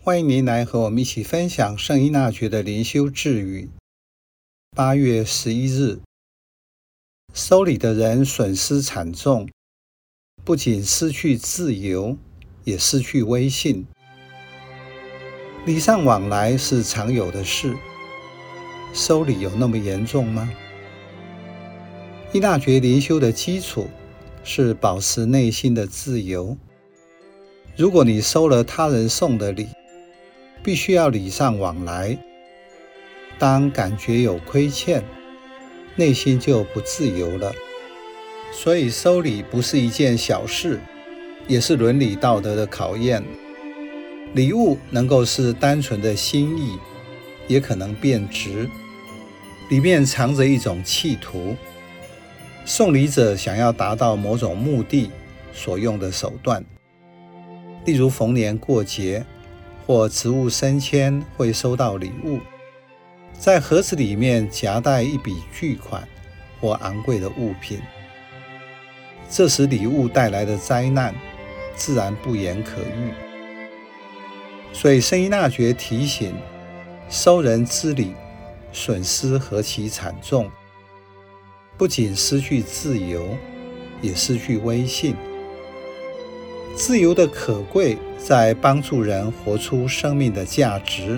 欢迎您来和我们一起分享圣依纳爵的灵修智语。8月11日，收礼的人损失惨重，不仅失去自由，也失去威信。礼尚往来是常有的事，收礼有那么严重吗？依纳爵灵修的基础是保持内心的自由。如果你收了他人送的礼，必须要礼尚往来。当感觉有亏欠，内心就不自由了。所以收礼不是一件小事，也是伦理道德的考验。礼物能够是单纯的心意，也可能变质，里面藏着一种企图。送礼者想要达到某种目的所用的手段，例如逢年过节或职务升迁会收到礼物，在盒子里面夹带一笔巨款或昂贵的物品，这时礼物带来的灾难自然不言可喻。所以圣依纳爵提醒，收人之礼损失何其惨重，不仅失去自由，也失去威信。自由的可贵在帮助人活出生命的价值，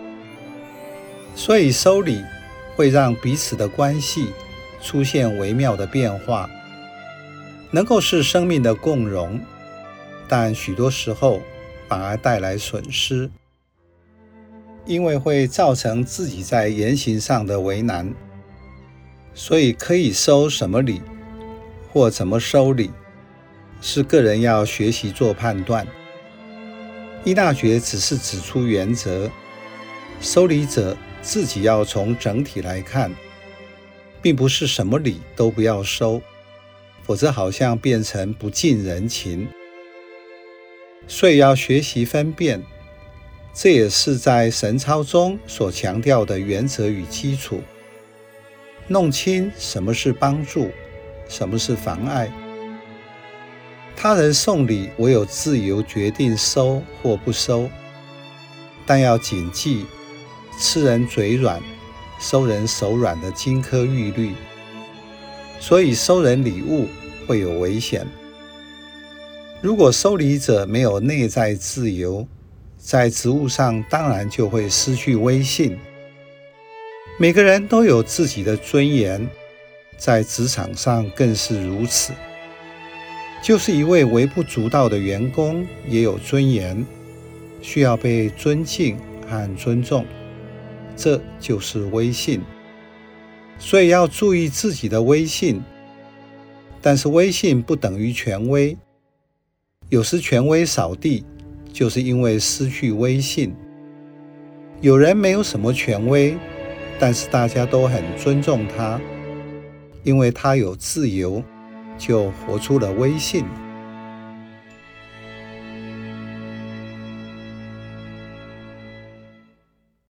所以收礼会让彼此的关系出现微妙的变化，能够是生命的共荣，但许多时候反而带来损失，因为会造成自己在言行上的为难。所以可以收什么礼，或怎么收礼，是个人要学习做判断。依纳爵只是指出原则，收礼者自己要从整体来看，并不是什么礼都不要收，否则好像变成不近人情。所以要学习分辨，这也是在神操中所强调的原则与基础。弄清什么是帮助，什么是妨碍。他人送礼，唯有自由决定收或不收，但要谨记吃人嘴软，收人手软的金科玉律。所以收人礼物会有危险。如果收礼者没有内在自由，在职务上当然就会失去威信。每个人都有自己的尊严，在职场上更是如此。就是一位微不足道的员工也有尊严，需要被尊敬和尊重，这就是威信。所以要注意自己的威信，但是威信不等于权威。有时权威扫地，就是因为失去威信。有人没有什么权威，但是大家都很尊重他，因为他有自由，就活出了威信。